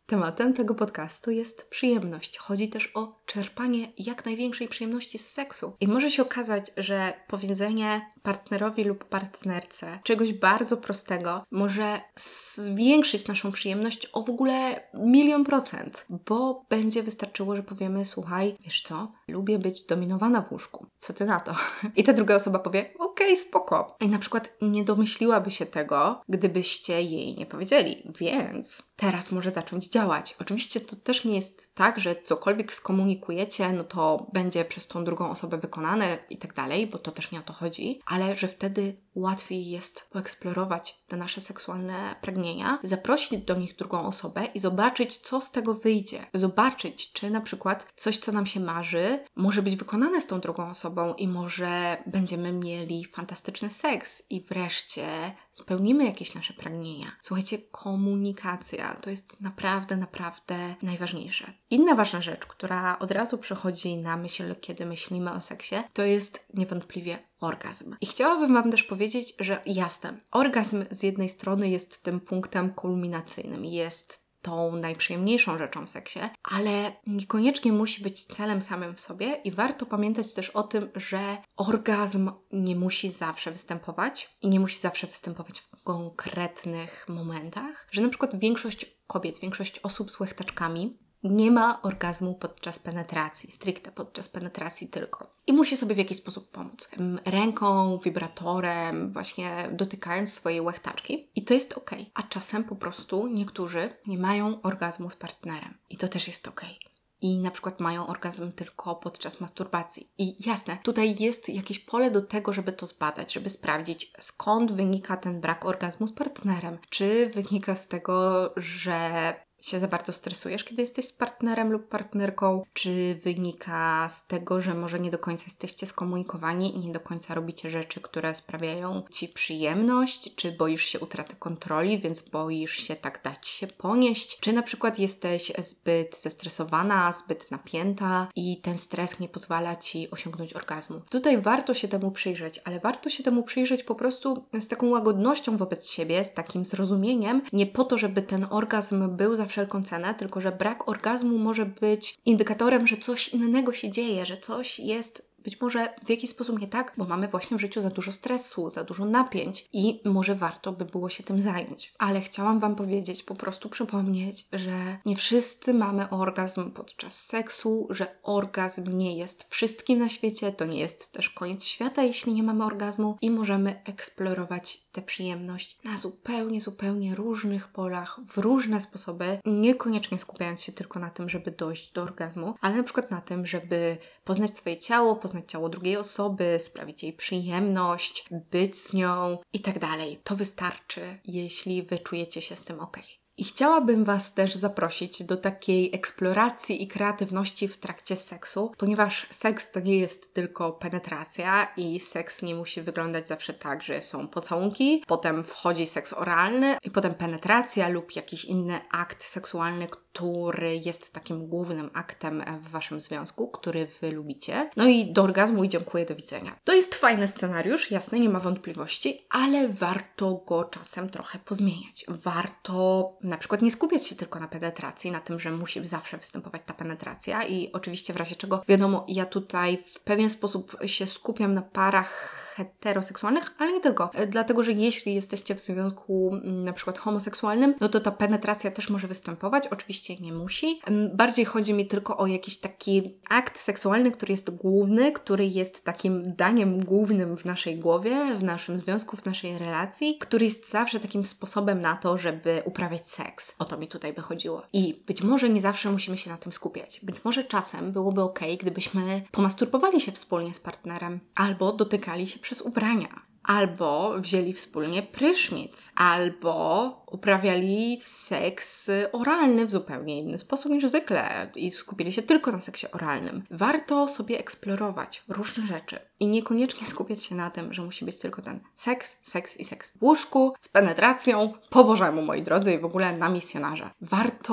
Tematem tego podcastu jest przyjemność. Chodzi też o czerpanie jak największej przyjemności z seksu. I może się okazać, że powiedzenie partnerowi lub partnerce czegoś bardzo prostego może zwiększyć naszą przyjemność o w ogóle 1,000,000%, bo będzie wystarczyło, że powiemy: słuchaj, wiesz co, lubię być dominowana w łóżku. Co ty na to? I ta druga osoba powie: okej, spoko. I na przykład nie domyśliłaby się tego, gdybyście jej nie powiedzieli, więc teraz może zacząć działać. Oczywiście to też nie jest tak, że cokolwiek skomunikujecie, no to będzie przez tą drugą osobę wykonane i tak dalej, bo to też nie o to chodzi, ale że wtedy łatwiej jest poeksplorować te nasze seksualne pragnienia, zaprosić do nich drugą osobę i zobaczyć, co z tego wyjdzie. Zobaczyć, czy na przykład coś, co nam się marzy, może być wykonane z tą drugą osobą i może będziemy mieli fantastyczny seks i wreszcie spełnimy jakieś nasze pragnienia. Słuchajcie, komunikacja to jest naprawdę, naprawdę najważniejsze. Inna ważna rzecz, która od razu przychodzi na myśl, kiedy myślimy o seksie, to jest niewątpliwie orgazm. I chciałabym Wam też powiedzieć, że jasne, orgazm z jednej strony jest tym punktem kulminacyjnym, jest tą najprzyjemniejszą rzeczą w seksie, ale niekoniecznie musi być celem samym w sobie i warto pamiętać też o tym, że orgazm nie musi zawsze występować i nie musi zawsze występować w konkretnych momentach, że na przykład większość kobiet, większość osób z łechtaczkami nie ma orgazmu podczas penetracji, stricte podczas penetracji tylko. I musi sobie w jakiś sposób pomóc. Ręką, wibratorem, właśnie dotykając swojej łechtaczki. I to jest okej. A czasem po prostu niektórzy nie mają orgazmu z partnerem. I to też jest okej. I na przykład mają orgazm tylko podczas masturbacji. I jasne, tutaj jest jakieś pole do tego, żeby to zbadać, żeby sprawdzić, skąd wynika ten brak orgazmu z partnerem. Czy wynika z tego, że się za bardzo stresujesz, kiedy jesteś z partnerem lub partnerką? Czy wynika z tego, że może nie do końca jesteście skomunikowani i nie do końca robicie rzeczy, które sprawiają Ci przyjemność? Czy boisz się utraty kontroli, więc boisz się tak dać się ponieść? Czy na przykład jesteś zbyt zestresowana, zbyt napięta i ten stres nie pozwala Ci osiągnąć orgazmu? Tutaj warto się temu przyjrzeć, ale warto się temu przyjrzeć po prostu z taką łagodnością wobec siebie, z takim zrozumieniem, nie po to, żeby ten orgazm był za wszelką cenę, tylko że brak orgazmu może być indykatorem, że coś innego się dzieje, że coś jest być może w jakiś sposób nie tak, bo mamy właśnie w życiu za dużo stresu, za dużo napięć i może warto by było się tym zająć. Ale chciałam Wam powiedzieć, po prostu przypomnieć, że nie wszyscy mamy orgazm podczas seksu, że orgazm nie jest wszystkim na świecie, to nie jest też koniec świata, jeśli nie mamy orgazmu i możemy eksplorować tę przyjemność na zupełnie różnych polach, w różne sposoby, niekoniecznie skupiając się tylko na tym, żeby dojść do orgazmu, ale na przykład na tym, żeby poznać swoje ciało, poznać ciało drugiej osoby, sprawić jej przyjemność, być z nią i tak dalej. To wystarczy, jeśli Wy czujecie się z tym okej. I chciałabym Was też zaprosić do takiej eksploracji i kreatywności w trakcie seksu, ponieważ seks to nie jest tylko penetracja i seks nie musi wyglądać zawsze tak, że są pocałunki, potem wchodzi seks oralny i potem penetracja lub jakiś inny akt seksualny, który jest takim głównym aktem w Waszym związku, który Wy lubicie. No i do orgazmu i dziękuję, do widzenia. To jest fajny scenariusz, jasne, nie ma wątpliwości, ale warto go czasem trochę pozmieniać. Warto na przykład nie skupiać się tylko na penetracji, na tym, że musi zawsze występować ta penetracja i oczywiście w razie czego, wiadomo, ja tutaj w pewien sposób się skupiam na parach heteroseksualnych, ale nie tylko. Dlatego, że jeśli jesteście w związku na przykład homoseksualnym, no to ta penetracja też może występować. Oczywiście nie musi. Bardziej chodzi mi tylko o jakiś taki akt seksualny, który jest główny, który jest takim daniem głównym w naszej głowie, w naszym związku, w naszej relacji, który jest zawsze takim sposobem na to, żeby uprawiać seks. O to mi tutaj by chodziło. I być może nie zawsze musimy się na tym skupiać. Być może czasem byłoby okej, gdybyśmy pomasturbowali się wspólnie z partnerem, albo dotykali się przez ubrania, albo wzięli wspólnie prysznic, albo uprawiali seks oralny w zupełnie inny sposób niż zwykle i skupili się tylko na seksie oralnym. Warto sobie eksplorować różne rzeczy i niekoniecznie skupiać się na tym, że musi być tylko ten seks, seks i seks w łóżku, z penetracją, po Bożemu, moi drodzy, i w ogóle na misjonarza. Warto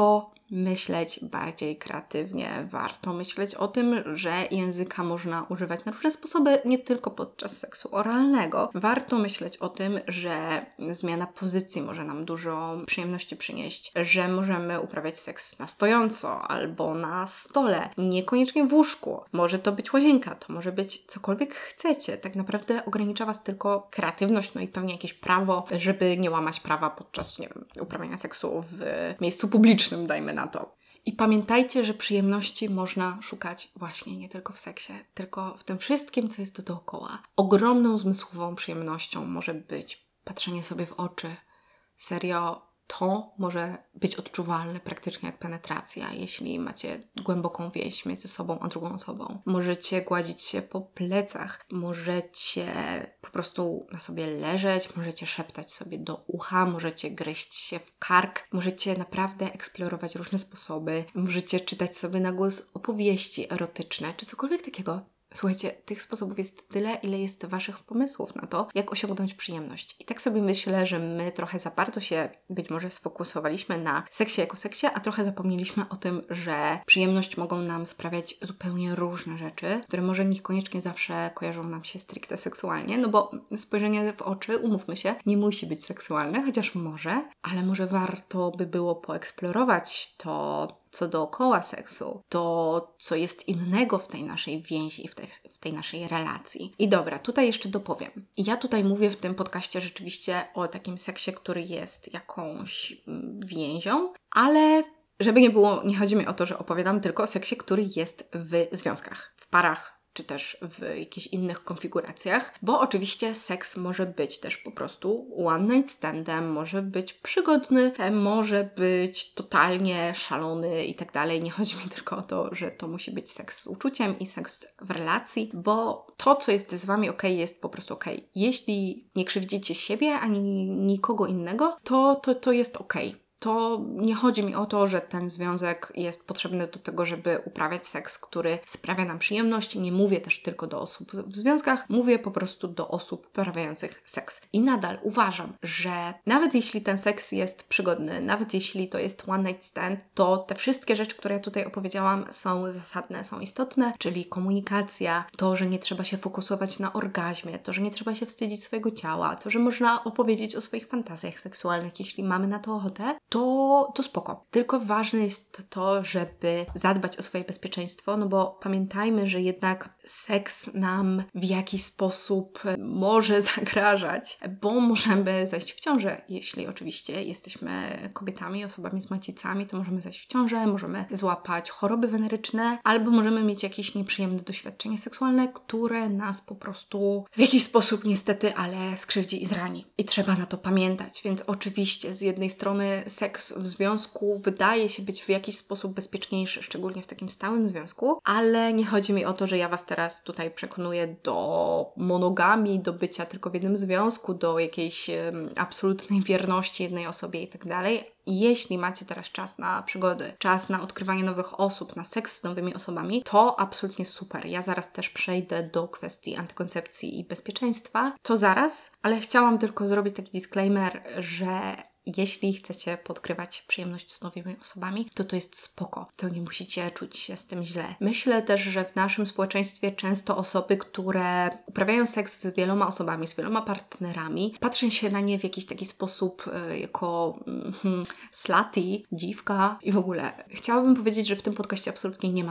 myśleć bardziej kreatywnie. Warto myśleć o tym, że języka można używać na różne sposoby, nie tylko podczas seksu oralnego. Warto myśleć o tym, że zmiana pozycji może nam dużo przyjemności przynieść, że możemy uprawiać seks na stojąco albo na stole, niekoniecznie w łóżku. Może to być łazienka, to może być cokolwiek chcecie. Tak naprawdę ogranicza Was tylko kreatywność, no i pewnie jakieś prawo, żeby nie łamać prawa podczas, nie wiem, uprawiania seksu w miejscu publicznym, dajmy na to. I pamiętajcie, że przyjemności można szukać właśnie nie tylko w seksie, tylko w tym wszystkim, co jest dookoła. Ogromną zmysłową przyjemnością może być patrzenie sobie w oczy. Serio, to może być odczuwalne praktycznie jak penetracja, jeśli macie głęboką więź między sobą a drugą osobą. Możecie gładzić się po plecach, możecie po prostu na sobie leżeć, możecie szeptać sobie do ucha, możecie gryźć się w kark, możecie naprawdę eksplorować różne sposoby, możecie czytać sobie na głos opowieści erotyczne, czy cokolwiek takiego. Słuchajcie, tych sposobów jest tyle, ile jest Waszych pomysłów na to, jak osiągnąć przyjemność. I tak sobie myślę, że my trochę za bardzo się być może sfokusowaliśmy na seksie jako seksie, a trochę zapomnieliśmy o tym, że przyjemność mogą nam sprawiać zupełnie różne rzeczy, które może niekoniecznie zawsze kojarzą nam się stricte seksualnie, no bo spojrzenie w oczy, umówmy się, nie musi być seksualne, chociaż może, ale może warto by było poeksplorować to, co dookoła seksu, to, co jest innego w tej naszej więzi i w tej naszej relacji. I dobra, tutaj jeszcze dopowiem. Ja tutaj mówię w tym podcaście rzeczywiście o takim seksie, który jest jakąś więzią, ale żeby nie było, nie chodzi mi o to, że opowiadam tylko o seksie, który jest w związkach, w parach, czy też w jakichś innych konfiguracjach, bo oczywiście seks może być też po prostu one night standem, może być przygodny, może być totalnie szalony i tak dalej. Nie chodzi mi tylko o to, że to musi być seks z uczuciem i seks w relacji, bo to, co jest z Wami okej, jest po prostu okej. Jeśli nie krzywdzicie siebie ani nikogo innego, to jest okej. To nie chodzi mi o to, że ten związek jest potrzebny do tego, żeby uprawiać seks, który sprawia nam przyjemność. Nie mówię też tylko do osób w związkach, mówię po prostu do osób uprawiających seks. I nadal uważam, że nawet jeśli ten seks jest przygodny, nawet jeśli to jest one night stand, to te wszystkie rzeczy, które ja tutaj opowiedziałam, są zasadne, są istotne, czyli komunikacja, to, że nie trzeba się fokusować na orgazmie, to, że nie trzeba się wstydzić swojego ciała, to, że można opowiedzieć o swoich fantazjach seksualnych, jeśli mamy na to ochotę, to spoko. Tylko ważne jest to, żeby zadbać o swoje bezpieczeństwo, no bo pamiętajmy, że jednak seks nam w jakiś sposób może zagrażać, bo możemy zajść w ciążę. Jeśli oczywiście jesteśmy kobietami, osobami z macicami, to możemy zajść w ciążę, możemy złapać choroby weneryczne, albo możemy mieć jakieś nieprzyjemne doświadczenie seksualne, które nas po prostu w jakiś sposób niestety, ale skrzywdzi i zrani. I trzeba na to pamiętać. Więc oczywiście z jednej strony seks w związku wydaje się być w jakiś sposób bezpieczniejszy, szczególnie w takim stałym związku, ale nie chodzi mi o to, że ja Was teraz tutaj przekonuję do monogamii, do bycia tylko w jednym związku, do jakiejś absolutnej wierności jednej osobie i tak dalej. Jeśli macie teraz czas na przygody, czas na odkrywanie nowych osób, na seks z nowymi osobami, to absolutnie super. Ja zaraz też przejdę do kwestii antykoncepcji i bezpieczeństwa. To zaraz, ale chciałam tylko zrobić taki disclaimer, że jeśli chcecie podkrywać przyjemność z nowymi osobami, to jest spoko. To nie musicie czuć się z tym źle. Myślę też, że w naszym społeczeństwie często osoby, które uprawiają seks z wieloma osobami, z wieloma partnerami, patrzy się na nie w jakiś taki sposób jako slutty, dziwka i w ogóle. Chciałabym powiedzieć, że w tym podcaście absolutnie nie ma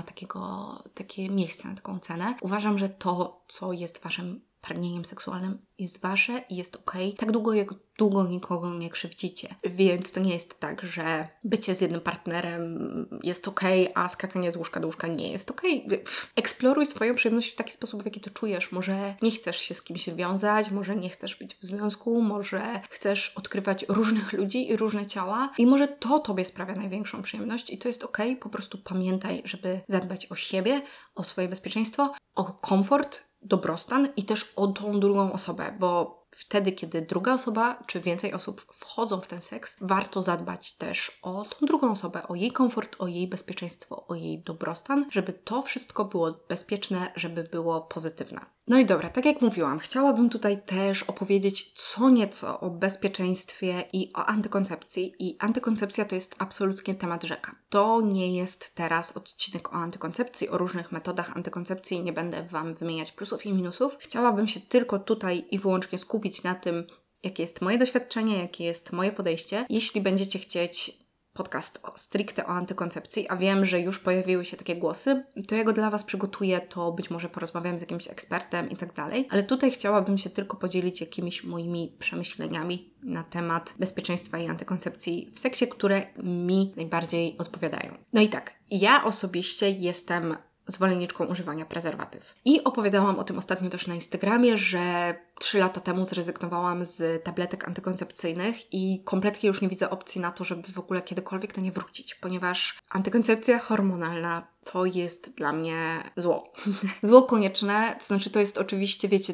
takie miejsca na taką cenę. Uważam, że to, co jest Waszym pragnieniem seksualnym, jest Wasze i jest okej. Tak długo, jak długo nikogo nie krzywdzicie. Więc to nie jest tak, że bycie z jednym partnerem jest okej, a skakanie z łóżka do łóżka nie jest okej. Eksploruj swoją przyjemność w taki sposób, w jaki to czujesz. Może nie chcesz się z kimś wiązać, może nie chcesz być w związku, może chcesz odkrywać różnych ludzi i różne ciała i może to Tobie sprawia największą przyjemność i to jest okej. Po prostu pamiętaj, żeby zadbać o siebie, o swoje bezpieczeństwo, o komfort, dobrostan i też o tą drugą osobę, bo wtedy, kiedy druga osoba czy więcej osób wchodzą w ten seks, warto zadbać też o tą drugą osobę, o jej komfort, o jej bezpieczeństwo, o jej dobrostan, żeby to wszystko było bezpieczne, żeby było pozytywne. No i dobra, tak jak mówiłam, chciałabym tutaj też opowiedzieć co nieco o bezpieczeństwie i o antykoncepcji. I antykoncepcja to jest absolutnie temat rzeka. To nie jest teraz odcinek o antykoncepcji, o różnych metodach antykoncepcji. Nie będę Wam wymieniać plusów i minusów. Chciałabym się tylko tutaj i wyłącznie skupić na tym, jakie jest moje doświadczenie, jakie jest moje podejście. Jeśli będziecie chcieć podcast stricte o antykoncepcji, a wiem, że już pojawiły się takie głosy, to ja go dla Was przygotuję, to być może porozmawiam z jakimś ekspertem i tak dalej, ale tutaj chciałabym się tylko podzielić jakimiś moimi przemyśleniami na temat bezpieczeństwa i antykoncepcji w seksie, które mi najbardziej odpowiadają. No i tak, ja osobiście jestem zwolenniczką używania prezerwatyw. I opowiadałam o tym ostatnio też na Instagramie, że 3 lata temu zrezygnowałam z tabletek antykoncepcyjnych i kompletnie już nie widzę opcji na to, żeby w ogóle kiedykolwiek do nie wrócić, ponieważ antykoncepcja hormonalna to jest dla mnie zło. Zło konieczne, to znaczy to jest oczywiście, wiecie,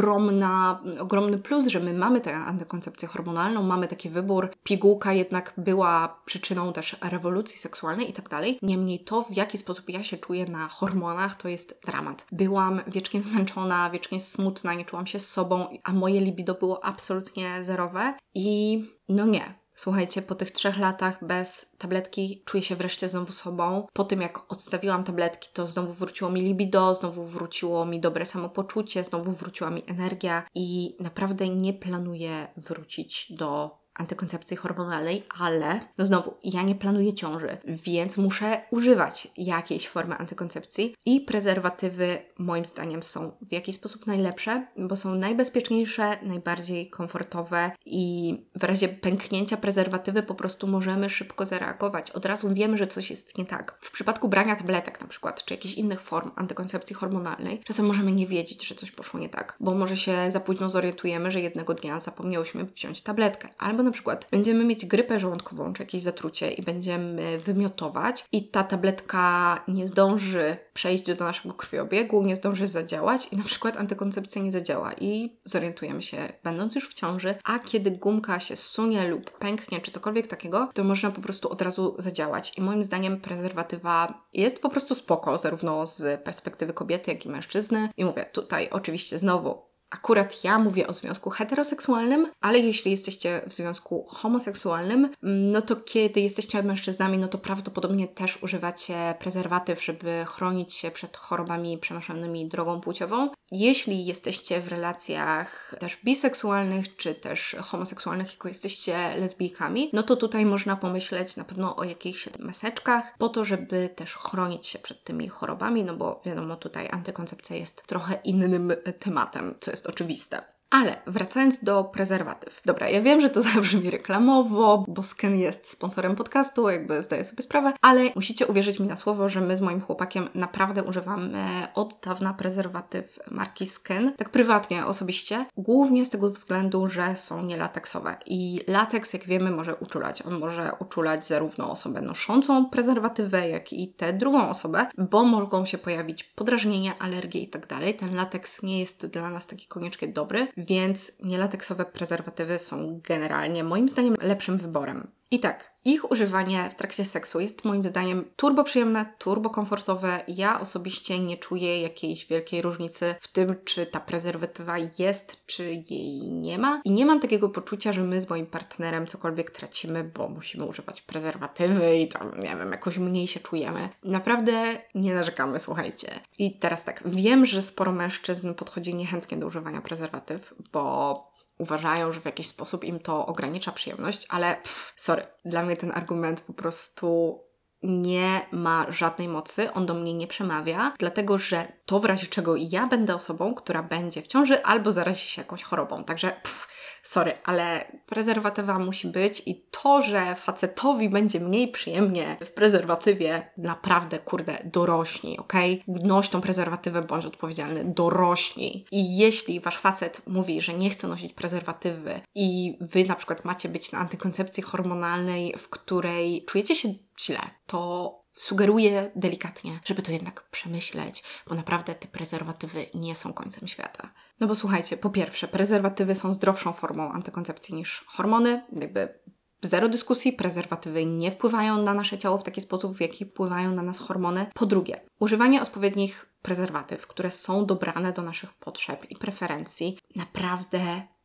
ogromny plus, że my mamy tę antykoncepcję hormonalną, mamy taki wybór. Pigułka jednak była przyczyną też rewolucji seksualnej i tak dalej. Niemniej to, w jaki sposób ja się czuję na hormonach, to jest dramat. Byłam wiecznie zmęczona, wiecznie smutna, nie czułam się z sobą, a moje libido było absolutnie zerowe i no nie. Słuchajcie, po tych 3 latach bez tabletki czuję się wreszcie znowu sobą. Po tym, jak odstawiłam tabletki, to znowu wróciło mi libido, znowu wróciło mi dobre samopoczucie, znowu wróciła mi energia i naprawdę nie planuję wrócić do antykoncepcji hormonalnej, ale no znowu, ja nie planuję ciąży, więc muszę używać jakiejś formy antykoncepcji i prezerwatywy moim zdaniem są w jakiś sposób najlepsze, bo są najbezpieczniejsze, najbardziej komfortowe i w razie pęknięcia prezerwatywy po prostu możemy szybko zareagować. Od razu wiemy, że coś jest nie tak. W przypadku brania tabletek na przykład, czy jakichś innych form antykoncepcji hormonalnej, czasem możemy nie wiedzieć, że coś poszło nie tak, bo może się za późno zorientujemy, że jednego dnia zapomniałyśmy wziąć tabletkę, albo na przykład będziemy mieć grypę żołądkową czy jakieś zatrucie i będziemy wymiotować i ta tabletka nie zdąży przejść do naszego krwiobiegu, nie zdąży zadziałać i na przykład antykoncepcja nie zadziała i zorientujemy się będąc już w ciąży, a kiedy gumka się zsunie lub pęknie czy cokolwiek takiego, to można po prostu od razu zadziałać i moim zdaniem prezerwatywa jest po prostu spoko, zarówno z perspektywy kobiety, jak i mężczyzny i mówię tutaj oczywiście znowu akurat ja mówię o związku heteroseksualnym, ale jeśli jesteście w związku homoseksualnym, no to kiedy jesteście mężczyznami, no to prawdopodobnie też używacie prezerwatyw, żeby chronić się przed chorobami przenoszonymi drogą płciową. Jeśli jesteście w relacjach też biseksualnych, czy też homoseksualnych, jako jesteście lesbijkami, no to tutaj można pomyśleć na pewno o jakichś maseczkach, po to, żeby też chronić się przed tymi chorobami, no bo wiadomo, tutaj antykoncepcja jest trochę innym tematem, co jest oczywiste. Ale wracając do prezerwatyw. Dobra, ja wiem, że to zabrzmi reklamowo, bo Sken jest sponsorem podcastu, jakby zdaję sobie sprawę, ale musicie uwierzyć mi na słowo, że my z moim chłopakiem naprawdę używamy od dawna prezerwatyw marki Sken. Tak prywatnie, osobiście. Głównie z tego względu, że są nielateksowe. I lateks, jak wiemy, może uczulać. On może uczulać zarówno osobę noszącą prezerwatywę, jak i tę drugą osobę, bo mogą się pojawić podrażnienia, alergie i tak dalej. Ten lateks nie jest dla nas taki koniecznie dobry, więc nielateksowe prezerwatywy są generalnie moim zdaniem lepszym wyborem. I tak, ich używanie w trakcie seksu jest moim zdaniem turbo przyjemne, turbo komfortowe. Ja osobiście nie czuję jakiejś wielkiej różnicy w tym, czy ta prezerwatywa jest, czy jej nie ma. I nie mam takiego poczucia, że my z moim partnerem cokolwiek tracimy, bo musimy używać prezerwatywy i tam, nie wiem, jakoś mniej się czujemy. Naprawdę nie narzekamy, słuchajcie. I teraz tak, wiem, że sporo mężczyzn podchodzi niechętnie do używania prezerwatyw, bo uważają, że w jakiś sposób im to ogranicza przyjemność, ale sorry, dla mnie ten argument po prostu nie ma żadnej mocy, on do mnie nie przemawia, dlatego że to w razie czego ja będę osobą, która będzie w ciąży albo zarazi się jakąś chorobą, także sorry, ale prezerwatywa musi być i to, że facetowi będzie mniej przyjemnie w prezerwatywie, naprawdę, dorośnij, okej? Noś tą prezerwatywę, bądź odpowiedzialny, dorośnij. I jeśli wasz facet mówi, że nie chce nosić prezerwatywy i wy na przykład macie być na antykoncepcji hormonalnej, w której czujecie się źle, to sugeruję delikatnie, żeby to jednak przemyśleć, bo naprawdę te prezerwatywy nie są końcem świata. No bo słuchajcie, po pierwsze, prezerwatywy są zdrowszą formą antykoncepcji niż hormony, zero dyskusji, prezerwatywy nie wpływają na nasze ciało w taki sposób, w jaki wpływają na nas hormony. Po drugie, używanie odpowiednich prezerwatyw, które są dobrane do naszych potrzeb i preferencji, naprawdę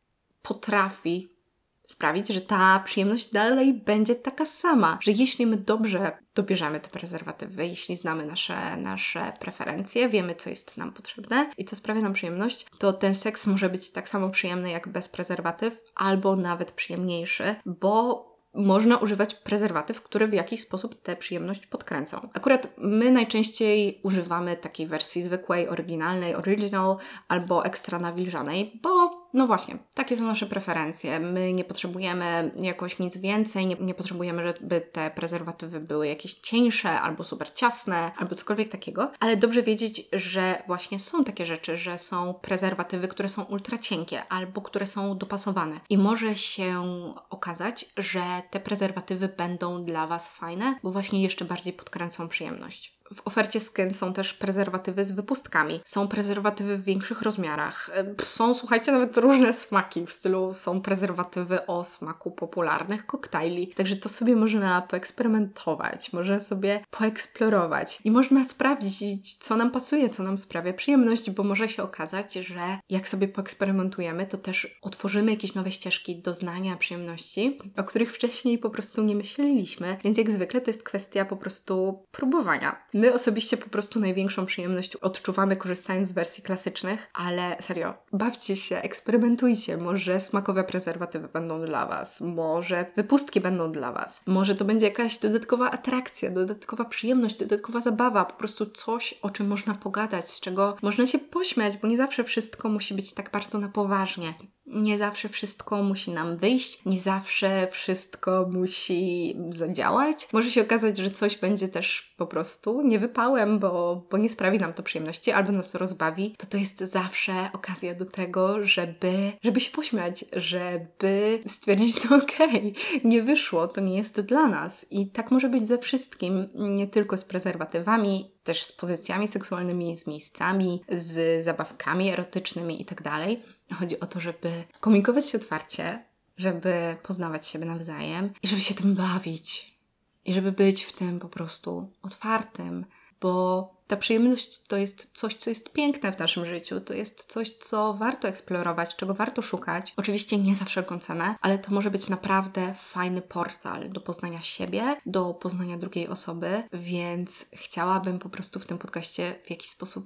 potrafi sprawić, że ta przyjemność dalej będzie taka sama, że jeśli my dobrze dobierzemy te prezerwatywy, jeśli znamy nasze preferencje, wiemy, co jest nam potrzebne i co sprawia nam przyjemność, to ten seks może być tak samo przyjemny jak bez prezerwatyw, albo nawet przyjemniejszy, bo można używać prezerwatyw, które w jakiś sposób tę przyjemność podkręcą. Akurat my najczęściej używamy takiej wersji zwykłej, oryginalnej, original albo ekstra nawilżanej, bo no właśnie, takie są nasze preferencje. My nie potrzebujemy jakoś nic więcej, nie potrzebujemy, żeby te prezerwatywy były jakieś cieńsze albo super ciasne, albo cokolwiek takiego, ale dobrze wiedzieć, że właśnie są takie rzeczy, że są prezerwatywy, które są ultra cienkie albo które są dopasowane i może się okazać, że te prezerwatywy będą dla Was fajne, bo właśnie jeszcze bardziej podkręcą przyjemność. W ofercie Skin są też prezerwatywy z wypustkami. Są prezerwatywy w większych rozmiarach. Są, słuchajcie, nawet różne smaki. W stylu są prezerwatywy o smaku popularnych koktajli. Także to sobie można poeksperymentować, można sobie poeksplorować i można sprawdzić, co nam pasuje, co nam sprawia przyjemność, bo może się okazać, że jak sobie poeksperymentujemy, to też otworzymy jakieś nowe ścieżki doznania przyjemności, o których wcześniej po prostu nie myśleliśmy. Więc jak zwykle to jest kwestia po prostu próbowania. My osobiście po prostu największą przyjemność odczuwamy korzystając z wersji klasycznych, ale serio, bawcie się, eksperymentujcie. Może smakowe prezerwatywy będą dla Was, może wypustki będą dla Was, może to będzie jakaś dodatkowa atrakcja, dodatkowa przyjemność, dodatkowa zabawa, po prostu coś, o czym można pogadać, z czego można się pośmiać, bo nie zawsze wszystko musi być tak bardzo na poważnie. Nie zawsze wszystko musi nam wyjść, nie zawsze wszystko musi zadziałać. Może się okazać, że coś będzie też po prostu niewypałem, bo nie sprawi nam to przyjemności albo nas rozbawi. To jest zawsze okazja do tego, żeby się pośmiać, żeby stwierdzić, no okej, nie wyszło, to nie jest dla nas. I tak może być ze wszystkim, nie tylko z prezerwatywami, też z pozycjami seksualnymi, z miejscami, z zabawkami erotycznymi itd. Chodzi o to, żeby komunikować się otwarcie, żeby poznawać siebie nawzajem i żeby się tym bawić. I żeby być w tym po prostu otwartym, bo ta przyjemność to jest coś, co jest piękne w naszym życiu. To jest coś, co warto eksplorować, czego warto szukać. Oczywiście nie za wszelką cenę, ale to może być naprawdę fajny portal do poznania siebie, do poznania drugiej osoby, więc chciałabym po prostu w tym podcaście w jakiś sposób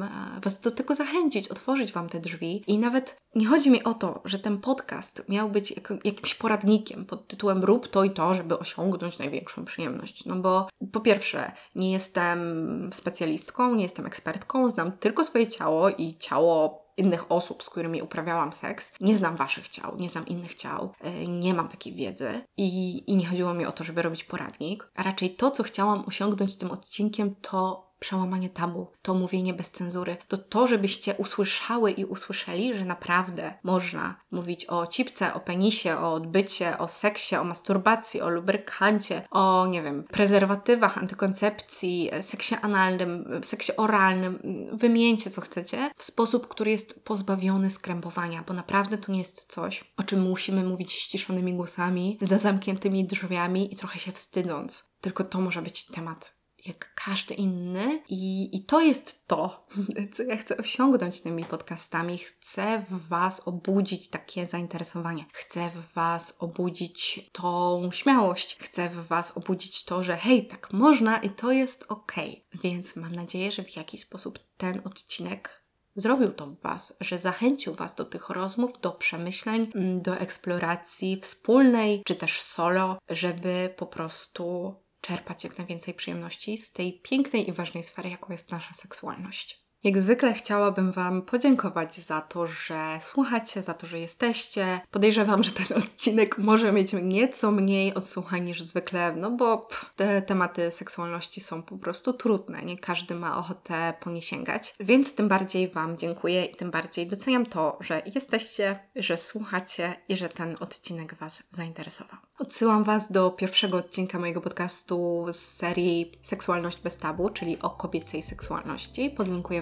Was do tego zachęcić, otworzyć Wam te drzwi. I nawet nie chodzi mi o to, że ten podcast miał być jakimś poradnikiem pod tytułem rób to i to, żeby osiągnąć największą przyjemność. No bo po pierwsze, nie jestem specjalistką, nie jestem ekspertką, znam tylko swoje ciało i ciało innych osób, z którymi uprawiałam seks. Nie znam Waszych ciał, nie znam innych ciał, nie mam takiej wiedzy i nie chodziło mi o to, żeby robić poradnik, a raczej to, co chciałam osiągnąć tym odcinkiem, to przełamanie tabu, to mówienie bez cenzury, to żebyście usłyszały i usłyszeli, że naprawdę można mówić o cipce, o penisie, o odbycie, o seksie, o masturbacji, o lubrykancie, o, nie wiem, prezerwatywach, antykoncepcji, seksie analnym, seksie oralnym, wymieńcie co chcecie, w sposób, który jest pozbawiony skrępowania, bo naprawdę to nie jest coś, o czym musimy mówić ściszonymi głosami, za zamkniętymi drzwiami i trochę się wstydząc. Tylko to może być temat jak każdy inny i to jest to, co ja chcę osiągnąć tymi podcastami. Chcę w Was obudzić takie zainteresowanie. Chcę w Was obudzić tą śmiałość. Chcę w Was obudzić to, że hej, tak można i to jest okej. Więc mam nadzieję, że w jakiś sposób ten odcinek zrobił to w Was, że zachęcił Was do tych rozmów, do przemyśleń, do eksploracji wspólnej, czy też solo, żeby po prostu czerpać jak najwięcej przyjemności z tej pięknej i ważnej sfery, jaką jest nasza seksualność. Jak zwykle chciałabym Wam podziękować za to, że słuchacie, za to, że jesteście. Podejrzewam, że ten odcinek może mieć nieco mniej odsłuchań niż zwykle, no bo te tematy seksualności są po prostu trudne. Nie każdy ma ochotę po nie sięgać. Więc tym bardziej Wam dziękuję i tym bardziej doceniam to, że jesteście, że słuchacie i że ten odcinek Was zainteresował. Odsyłam Was do pierwszego odcinka mojego podcastu z serii Seksualność bez tabu, czyli o kobiecej seksualności. Podlinkuję Wam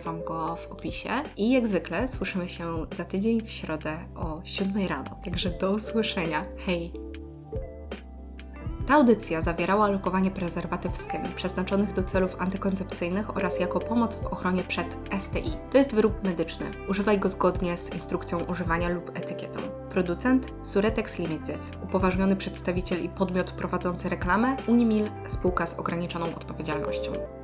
Wam go w opisie. I jak zwykle słyszymy się za tydzień w środę o 7 rano. Także do usłyszenia. Hej! Ta audycja zawierała lokowanie prezerwatyw Skin przeznaczonych do celów antykoncepcyjnych oraz jako pomoc w ochronie przed STI. To jest wyrób medyczny. Używaj go zgodnie z instrukcją używania lub etykietą. Producent Suretex Limited, upoważniony przedstawiciel i podmiot prowadzący reklamę Unimil, spółka z ograniczoną odpowiedzialnością.